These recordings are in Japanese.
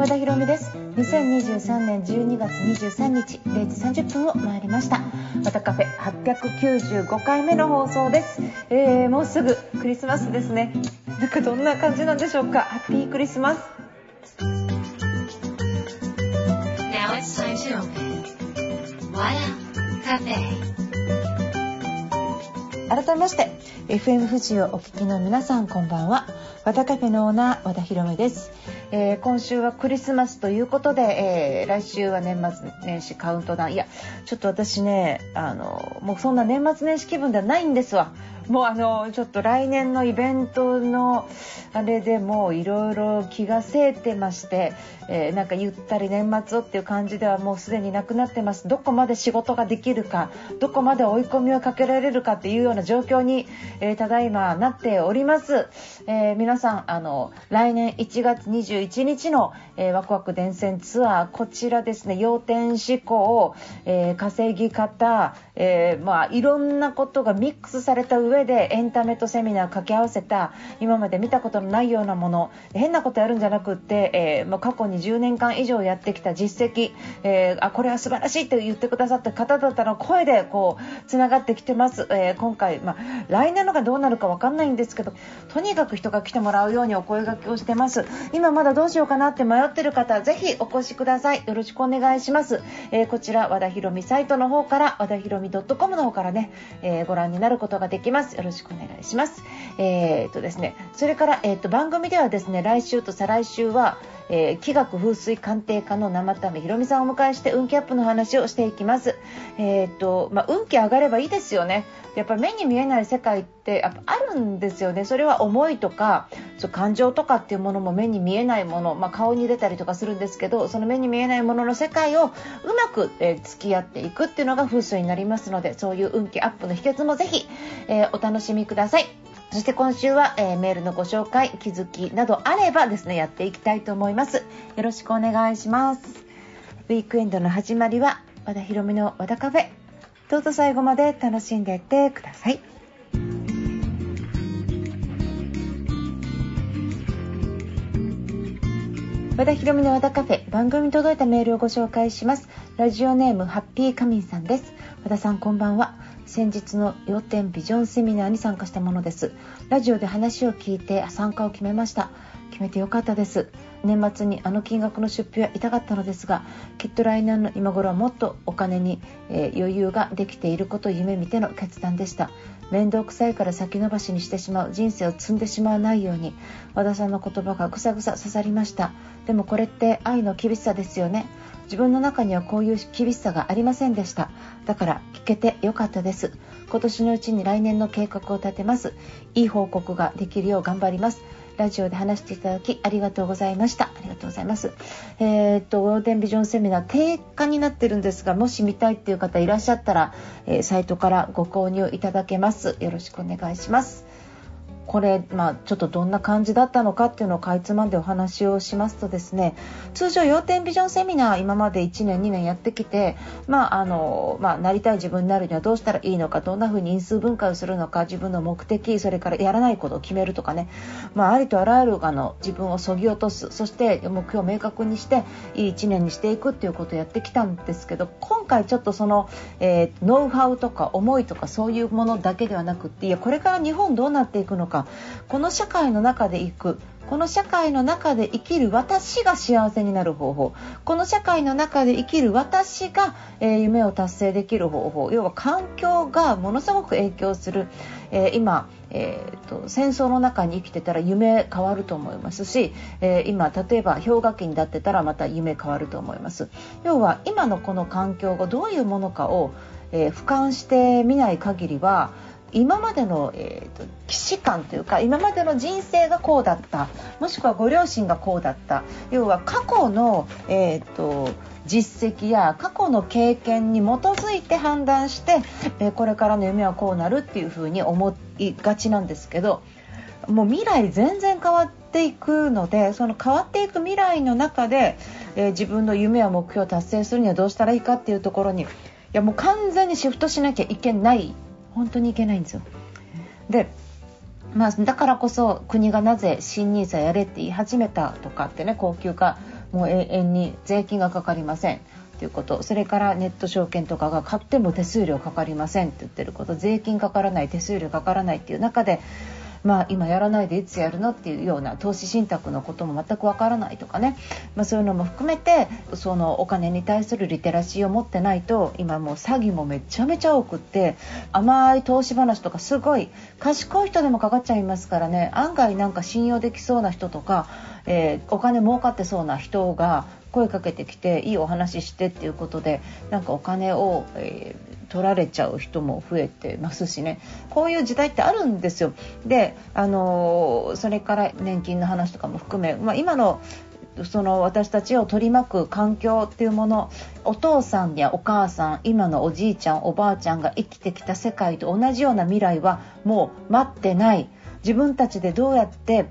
和田博美です。2023年12月23日0時30分を回りました。和田カフェ895回目の放送です。もうすぐクリスマスですね。なんかどんな感じなんでしょうか。ハッピークリスマス。 Now it's time to open 和田カフェ。 改めまして FM 富士をお聞きの皆さん、こんばんは。和田カフェのオーナー和田博美です。今週はクリスマスということで、来週は年末年始カウントダウン。いやちょっと私ね、もうそんな年末年始気分ではないんですわ。もうちょっと来年のイベントのあれでもういろいろ気がせいてまして、なんかゆったり年末をっていう感じではもうすでになくなってます。どこまで仕事ができるか、どこまで追い込みをかけられるかっていうような状況に、ただいまなっております。皆さん来年1月21日の、ワクワク電線ツアー、こちらですね、要点思考、稼ぎ方、いろんなことがミックスされた上でエンタメとセミナー掛け合わせた今まで見たことのないようなもの、変なことやるんじゃなくって、もう過去に10年間以上やってきた実績、これは素晴らしいと言ってくださった方々の声でこうつながってきてます。今回、来年のがどうなるか分かんないんですけど、とにかく人が来てもらうようにお声掛けをしてます。今まだどうしようかなって迷ってる方、ぜひお越しください。よろしくお願いします。こちら和田博美サイトの方から和田博美 .com の方からね、ご覧になることができます。よろしくお願いします。ですね、それから、番組ではですね、来週と再来週は、気学風水鑑定家の生田目ひろみさんをお迎えして運気アップの話をしていきます。運気上がればいいですよね。やっぱり目に見えない世界ってやっぱあるんですよね。それは思いとか感情とかっていうものも目に見えないもの、顔に出たりとかするんですけど、その目に見えないものの世界をうまく、付き合っていくっていうのが風水になりますので、そういう運気アップの秘訣もぜひ、お楽しみください。そして今週は、メールのご紹介、気づきなどあればですね、やっていきたいと思います。よろしくお願いします。ウィークエンドの始まりは和田博美の和田カフェ。どうぞ最後まで楽しんでいってください。和田博美の和田カフェ、番組に届いたメールをご紹介します。ラジオネームハッピーカミンさんです。和田さん、こんばんは。先日の要点ビジョンセミナーに参加したものです。ラジオで話を聞いて参加を決めました。決めてよかったです。年末に金額の出費は痛かったのですが、きっと来年の今頃はもっとお金に、余裕ができていることを夢見ての決断でした。面倒くさいから先延ばしにしてしまう人生を積んでしまわないように、和田さんの言葉がぐさぐさ刺さりました。でもこれって愛の厳しさですよね。自分の中にはこういう厳しさがありませんでした。だから聞けてよかったです。今年のうちに来年の計画を立てます。いい報告ができるよう頑張ります。ラジオで話していただきありがとうございました。ありがとうございます。ゴールデンビジョンセミナー定価になってるんですが、もし見たいっていう方いらっしゃったら、サイトからご購入いただけます。よろしくお願いします。これ、ちょっとどんな感じだったのかっていうのをかいつまんでお話をしますとですね、通常要点ビジョンセミナー今まで1年2年やってきて、なりたい自分になるにはどうしたらいいのか、どんな風に因数分解をするのか、自分の目的、それからやらないことを決めるとかね、ありとあらゆる自分を削ぎ落とす、そして目標を明確にしていい1年にしていくっていうことをやってきたんですけど、今回ちょっとその、ノウハウとか思いとかそういうものだけではなくって、これから日本どうなっていくのか、この社会の中でこの社会の中で生きる私が幸せになる方法、この社会の中で生きる私が、夢を達成できる方法、要は環境がものすごく影響する、今、戦争の中に生きてたら夢変わると思いますし、今例えば氷河期になってたらまた夢変わると思います。要は今のこの環境がどういうものかを、俯瞰してみない限りは、今までの、既視感というか、今までの人生がこうだった、もしくはご両親がこうだった、要は過去の、実績や過去の経験に基づいて判断して、これからの夢はこうなるっていうふうに思いがちなんですけど、もう未来全然変わっていくので、その変わっていく未来の中で、自分の夢や目標を達成するにはどうしたらいいかっていうところに、もう完全にシフトしなきゃいけない、本当にいけないんですよ。で、だからこそ国がなぜ新 NISA やれって言い始めたとかってね、高級化もう永遠に税金がかかりませんということ、それからネット証券とかが買っても手数料かかりませんって言ってること、税金かからない、手数料かからないっていう中で、今やらないでいつやるのっていうような投資信託のことも全くわからないとかね、そういうのも含めてそのお金に対するリテラシーを持ってないと、今もう詐欺もめちゃめちゃ多くって、甘い投資話とかすごい賢い人でもかかっちゃいますからね、案外なんか信用できそうな人とか、お金儲かってそうな人が声かけてきていいお話してっていうことで、なんかお金を、取られちゃう人も増えてますしね、こういう時代ってあるんですよ。で、それから年金の話とかも含め、今のその私たちを取り巻く環境っていうもの、お父さんやお母さん、今のおじいちゃんおばあちゃんが生きてきた世界と同じような未来はもう待ってない。自分たちでどうやって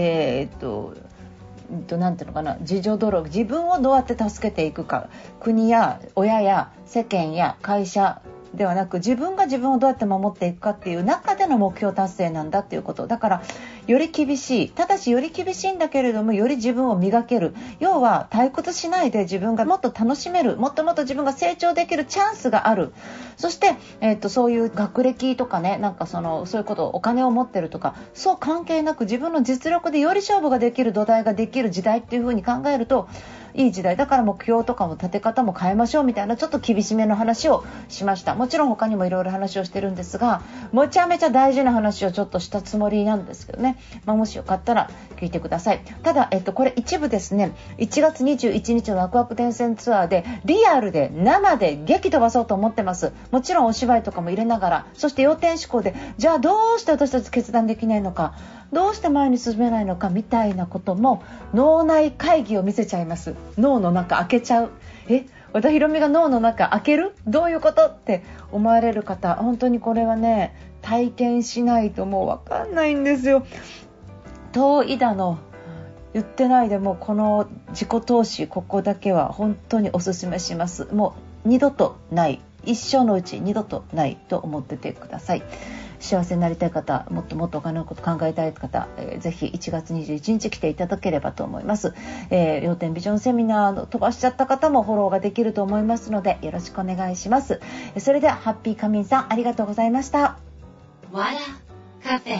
なんていうのかな、自助努力、自分をどうやって助けていくか、国や親や世間や会社ではなく、自分が自分をどうやって守っていくかっていう中での目標達成なんだっていうことだから、より厳しい、ただしより厳しいんだけれどもより自分を磨ける、要は退屈しないで自分がもっと楽しめる、もっともっと自分が成長できるチャンスがある。そして、そういう学歴とかね、なんかそういうこと、お金を持ってるとかそう関係なく、自分の実力でより勝負ができる土台ができる時代っていう風に考えるといい時代だから、目標とかも立て方も変えましょうみたいな、ちょっと厳しめの話をしました。もちろん他にもいろいろ話をしてるんですが、めちゃめちゃ大事な話をちょっとしたつもりなんですけどね、もしよかったら聞いてください。ただ、これ一部ですね、1月21日のワクワク伝染ツアーでリアルで生で激飛ばそうと思ってます。もちろんお芝居とかも入れながら、そして要点思考で、じゃあどうして私たち決断できないのか、どうして前に進めないのかみたいなことも脳内会議を見せちゃいます。脳の中開けちゃう。和田博美が脳の中開ける、どういうことって思われる方、本当にこれはね、体験しないともう分かんないんですよ。遠いだの言ってないでも、この自己投資、ここだけは本当におすすめします。もう二度とない、一生のうち二度とないと思っててください。幸せになりたい方、もっともっとお金のこと考えたい方、ぜひ1月21日来ていただければと思います。要点ビジョンセミナー飛ばしちゃった方もフォローができると思いますので、よろしくお願いします。それではハッピーカミンさん、ありがとうございました。 Wada Cafe。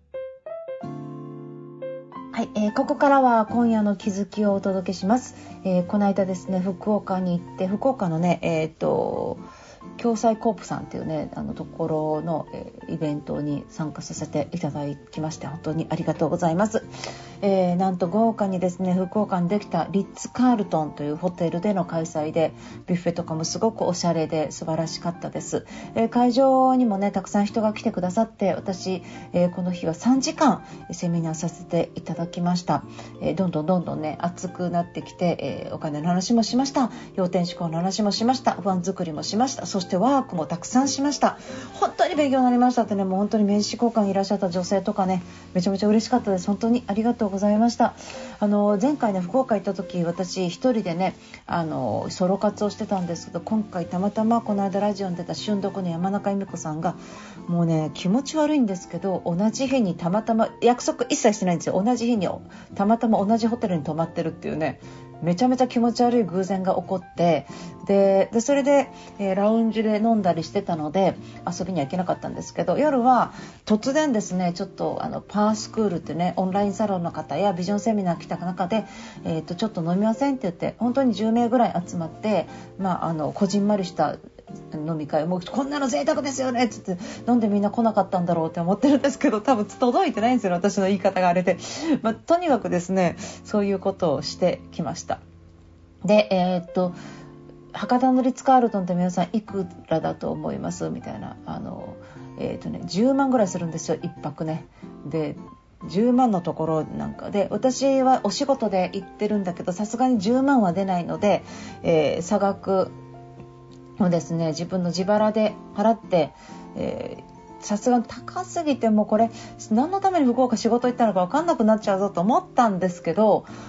はい、ここからは今夜の気づきをお届けします。この間ですね、福岡に行って、福岡のね、共済コープさんっていうね、ところの、イベントに参加させていただきまして、本当にありがとうございます。なんと豪華にですね、福岡にできたリッツカールトンというホテルでの開催で、ビュッフェとかもすごくおしゃれで素晴らしかったです。会場にもね、たくさん人が来てくださって、私、この日は3時間セミナーさせていただきました。どんどんね、熱くなってきて、お金の話もしました、要点思考の話もしました、不安作りもしました、そしてワークもたくさんしました。本当に勉強になりましたってね、もう本当に名刺交換にいらっしゃった女性とかね、めちゃめちゃ嬉しかったです。本当にありがとうございました。前回ね、福岡行った時、私一人でね、ソロ活をしてたんですけど、今回たまたまこの間ラジオに出た瞬読の山中由美子さんが、もうね、気持ち悪いんですけど、同じ日にたまたま、約束一切してないんですよ、同じ日にたまたま同じホテルに泊まってるっていうね、めちゃめちゃ気持ち悪い偶然が起こって、でそれで、ラウンジで飲んだりしてたので遊びには行けなかったんですけど、夜は突然ですね、ちょっとパワースクールってね、オンラインサロンの方やビジョンセミナー来た中で、ちょっと飲みませんって言って、本当に10名ぐらい集まって、こじんまりした飲み会、もうこんなの贅沢ですよねって言って、なんでみんな来なかったんだろうって思ってるんですけど、多分届いてないんですよね、私の言い方があれで。とにかくですね、そういうことをしてきました。で、博多のリッツカールトンって皆さんいくらだと思いますみたいな、10万ぐらいするんですよ、1泊ね。で10万のところなんかで、私はお仕事で行ってるんだけど、さすがに10万は出ないので、差額をですね、自分の自腹で払って、さすがに高すぎて、もうこれ何のために福岡仕事行ったのか分かんなくなっちゃうぞと思ったんですけど、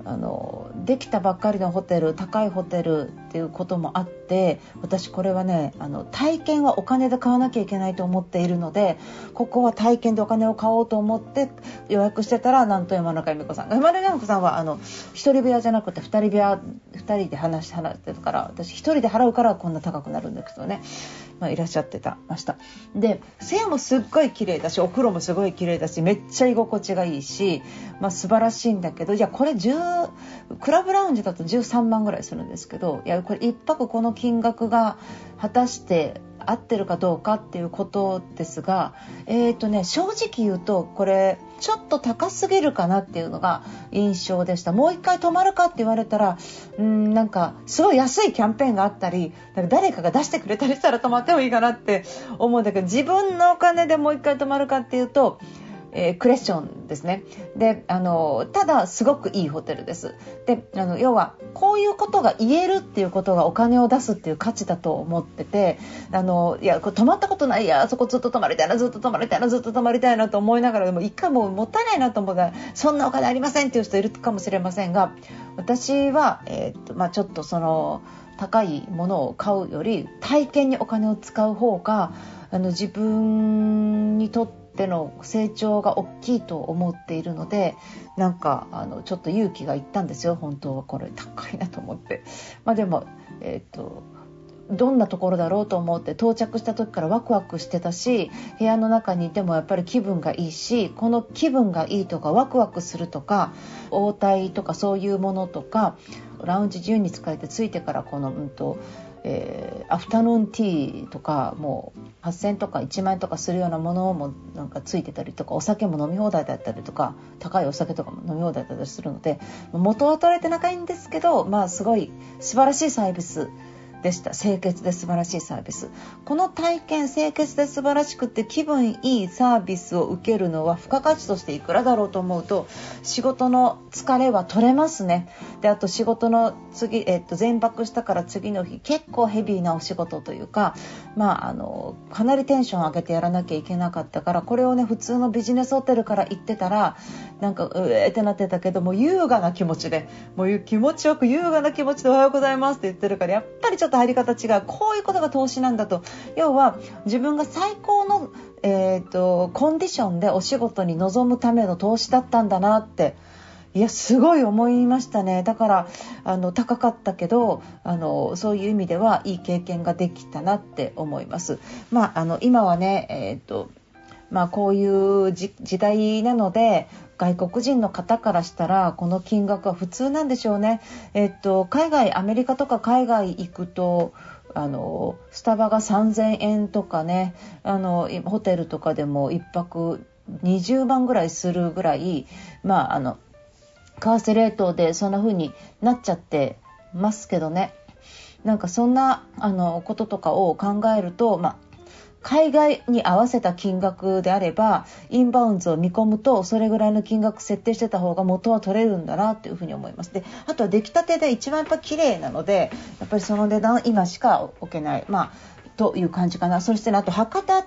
できたばっかりのホテル、高いホテルっていうこともあって、私これはね、体験はお金で買わなきゃいけないと思っているので、ここは体験でお金を買おうと思って予約してたら、なんと山中由美子さんが、山中由美子さんは一人部屋じゃなくて二人で話してるから、私一人で払うからこんな高くなるんだけどね、いらっしゃってました。で、部屋もすっごい綺麗だし、お風呂もすごい綺麗だし、めっちゃ居心地がいいし、素晴らしいんだけど、いやこれクラブラウンジだと13万ぐらいするんですけど、いやこれ1泊この金額が果たして合ってるかどうかっていうことですが、正直言うとこれちょっと高すぎるかなっていうのが印象でした。もう一回泊まるかって言われたら、なんかすごい安いキャンペーンがあったり、なんか誰かが出してくれたりしたら泊まってもいいかなって思うんだけど、自分のお金でもう一回泊まるかっていうとクエスチョンですね。で、ただすごくいいホテルです。で、要はこういうことが言えるっていうことがお金を出すっていう価値だと思ってて、いやこれ泊まったことない、いやそこずっと泊まりたいな、ずっと泊まりたいな、ずっと泊まりたいなと思いながら、でも一回もうもったいないなと思うから、そんなお金ありませんっていう人いるかもしれませんが、私は、ちょっとその高いものを買うより体験にお金を使う方が自分にとっての成長が大きいと思っているので、なんかちょっと勇気がいったんですよ。本当はこれ高いなと思って、でもどんなところだろうと思って到着した時からワクワクしてたし、部屋の中にいてもやっぱり気分がいいし、この気分がいいとかワクワクするとか応対とかそういうものとか、ラウンジ自由に使えてついてからこのアフタヌーンティーとかもう8000円とか1万円とかするようなものもなんかついてたりとか、お酒も飲み放題だったりとか、高いお酒とかも飲み放題だったりするので、元は取れてないんですけど、すごい素晴らしいサービスでした。清潔で素晴らしいサービス。この体験、清潔で素晴らしくて気分いいサービスを受けるのは付加価値としていくらだろうと思うと、仕事の疲れは取れますね。で、あと仕事の次、前泊したから次の日結構ヘビーなお仕事というか、かなりテンション上げてやらなきゃいけなかったから、これをね普通のビジネスホテルから行ってたらなんかってなってたけど、もう優雅な気持ちで、もう気持ちよく優雅な気持ちでおはようございますって言ってるから、やっぱりちょっと入り方違う。こういうことが投資なんだと。要は自分が最高の、コンディションでお仕事に臨むための投資だったんだなって、いやすごい思いましたね。だから高かったけどそういう意味ではいい経験ができたなって思います。今はね、こういう時代なので、外国人の方からしたらこの金額は普通なんでしょうね。海外、アメリカとか海外行くとスタバが3000円とかね、ホテルとかでも1泊20万ぐらいするぐらい、為替レートでそんな風になっちゃってますけどね。なんかそんなこととかを考えると、海外に合わせた金額であればインバウンドを見込むとそれぐらいの金額設定してた方が元は取れるんだなというふうに思います。で、あとは出来たてで一番やっぱ綺麗なので、やっぱりその値段今しか置けない、という感じかな。そしてあと博多って、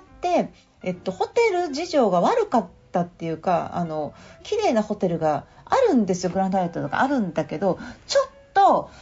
ホテル事情が悪かったっていうか、綺麗なホテルがあるんですよ。グランドハイアットとかあるんだけど、ちょっと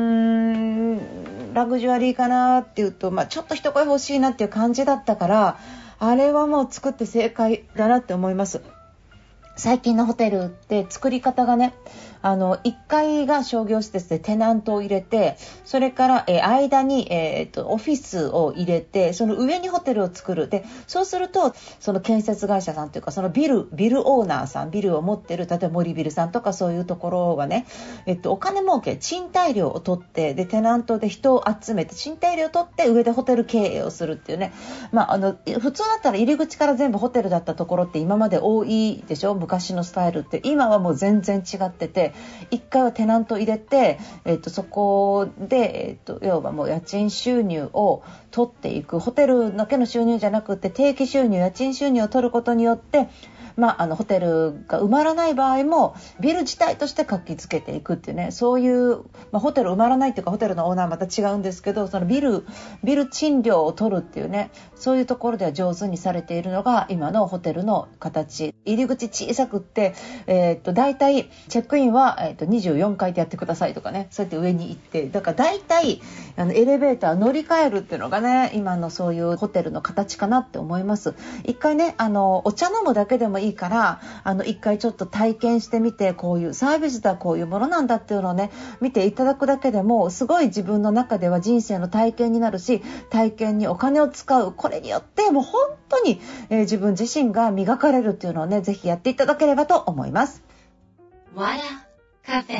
ラグジュアリーかなっていうと、ちょっと一声欲しいなっていう感じだったから、あれはもう作って正解だなって思います。最近のホテルって作り方がね、1階が商業施設でテナントを入れて、それから、間に、オフィスを入れて、その上にホテルを作る。で、そうするとその建設会社さんというか、そのビルオーナーさん、ビルを持ってる、例えば森ビルさんとかそういうところはね、お金儲け、賃貸料を取って、でテナントで人を集めて賃貸料を取って上でホテル経営をするっていうね。普通だったら入り口から全部ホテルだったところって今まで多いでしょ。昔のスタイルって今はもう全然違ってて、1回はテナント入れて、そこで、要はもう家賃収入を取っていく。ホテルだけの収入じゃなくて定期収入、家賃収入を取ることによって、ホテルが埋まらない場合もビル自体として活気づけていくっていうね、そういう、ホテル埋まらないっていうか、ホテルのオーナーはまた違うんですけど、そのビル賃料を取るっていうね、そういうところでは上手にされているのが今のホテルの形。入り口小さくって、だいたいチェックインは、24階でやってくださいとかね、そうやって上に行って、だからだいたいエレベーター乗り換えるっていうのがね、今のそういうホテルの形かなって思います。一回ね、お茶飲むだけでもいいから、一回ちょっと体験してみて、こういうサービスだ、こういうものなんだっていうのをね、見ていただくだけでもすごい自分の中では人生の体験になるし、体験にお金を使う、これによってもう本当に、自分自身が磨かれるっていうのをね、ぜひやっていただければと思います。 Wada Cafe。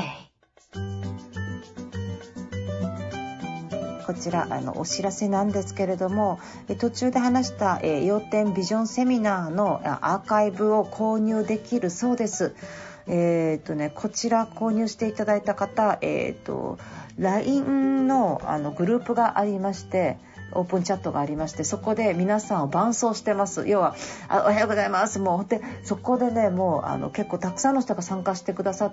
こちらお知らせなんですけれども、途中で話した、要点ビジョンセミナーのアーカイブを購入できるそうです。こちら購入していただいた方、LINE のグループがありまして、オープンチャットがありまして、そこで皆さんを伴走してます。要はおはようございますもうで、そこでね、もう結構たくさんの人が参加してくださって、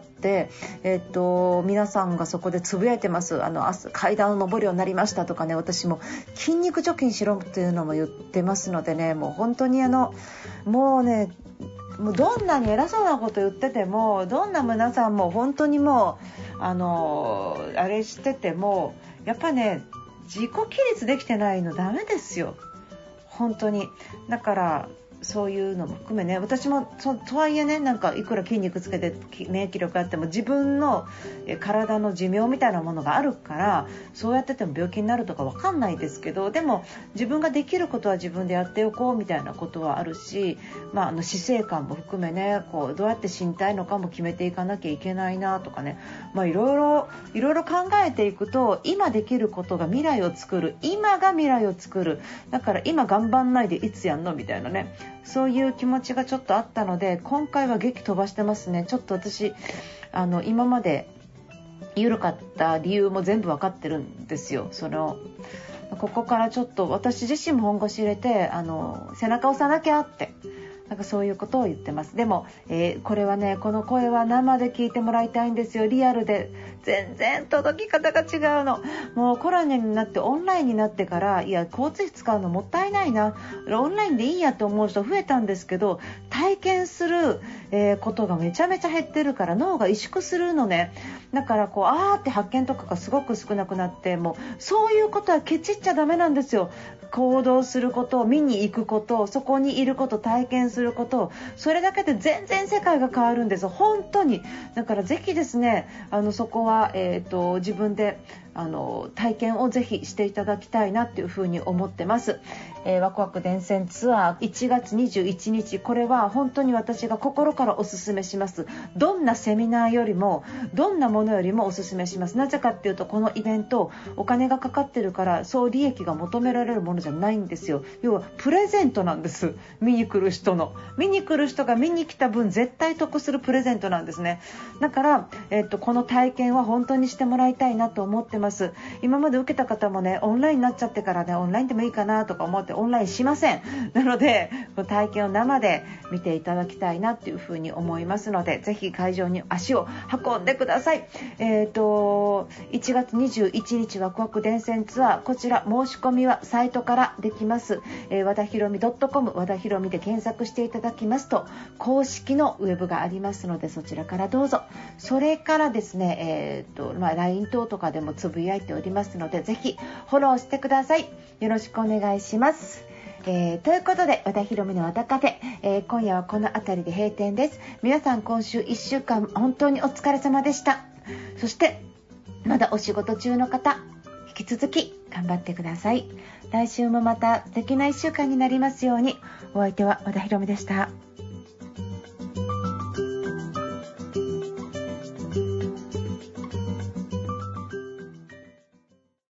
皆さんがそこでつぶやいてます。明日階段を上るようになりましたとかね、私も筋肉貯金しろっていうのも言ってますのでね、もう本当にもうね、もうどんなに偉そうなこと言ってても、どんな皆さんも本当にもうあれしてても、やっぱね、自己規律できてないのダメですよ、本当に。だからそういうのも含めね、私もとはいえね、なんかいくら筋肉つけて免疫力あっても自分の体の寿命みたいなものがあるから、そうやってても病気になるとか分かんないですけど、でも自分ができることは自分でやっておこうみたいなことはあるし、死生観も含めね、こうどうやって死にたいのかも決めていかなきゃいけないなとかね、いろいろ考えていくと、今できることが未来を作る、今が未来を作る、だから今頑張んないでいつやんのみたいなね、そういう気持ちがちょっとあったので、今回は激飛ばしてますね。ちょっと私今まで緩かった理由も全部わかってるんですよ。ここからちょっと私自身も本腰入れて背中押さなきゃって、なんかそういうことを言ってます。でも、これはね、この声は生で聞いてもらいたいんですよ。リアルで全然届き方が違うの。もうコロナになってオンラインになってから、いや交通費使うのもったいないな、オンラインでいいやと思う人増えたんですけど、体験する、ことがめちゃめちゃ減ってるから脳が萎縮するのね。だからこうって発見とかがすごく少なくなって、もうそういうことはケチっちゃダメなんですよ。行動すること、見に行くこと、そこにいること、体験すること、それだけで全然世界が変わるんです、本当に。だからぜひですね、そこは、自分で体験をぜひしていただきたいなっていうふうに思ってます。ワクワク伝染ツアー1月21日、これは本当に私が心からおすすめします。どんなセミナーよりも、どんなものよりもおすすめします。なぜかっていうと、このイベントお金がかかってるから、そう利益が求められるものじゃないんですよ。要はプレゼントなんです。見に来る人が見に来た分絶対得するプレゼントなんですね。だから、この体験は本当にしてもらいたいなと思ってます。今まで受けた方もね、オンラインになっちゃってからね、オンラインでもいいかなとか思ってオンラインしません。なので体験を生で見ていただきたいなっていうふうに思いますので、ぜひ会場に足を運んでください。1月21日ワクワク伝染ツアー、こちら申し込みはサイトからできます。和田ひろみ .com、 和田ひろみで検索していただきますと公式のウェブがありますので、そちらからどうぞ。それからですね、LINE 等とかでもつぶやいておりますので、ぜひフォローしてください。よろしくお願いします。ということで、和田ひろみの和田カフェ、今夜はこの辺りで閉店です。皆さん今週1週間本当にお疲れ様でした。そしてまだお仕事中の方、引き続き頑張ってください。来週もまた素敵な1週間になりますように。お相手は和田ひろみでした。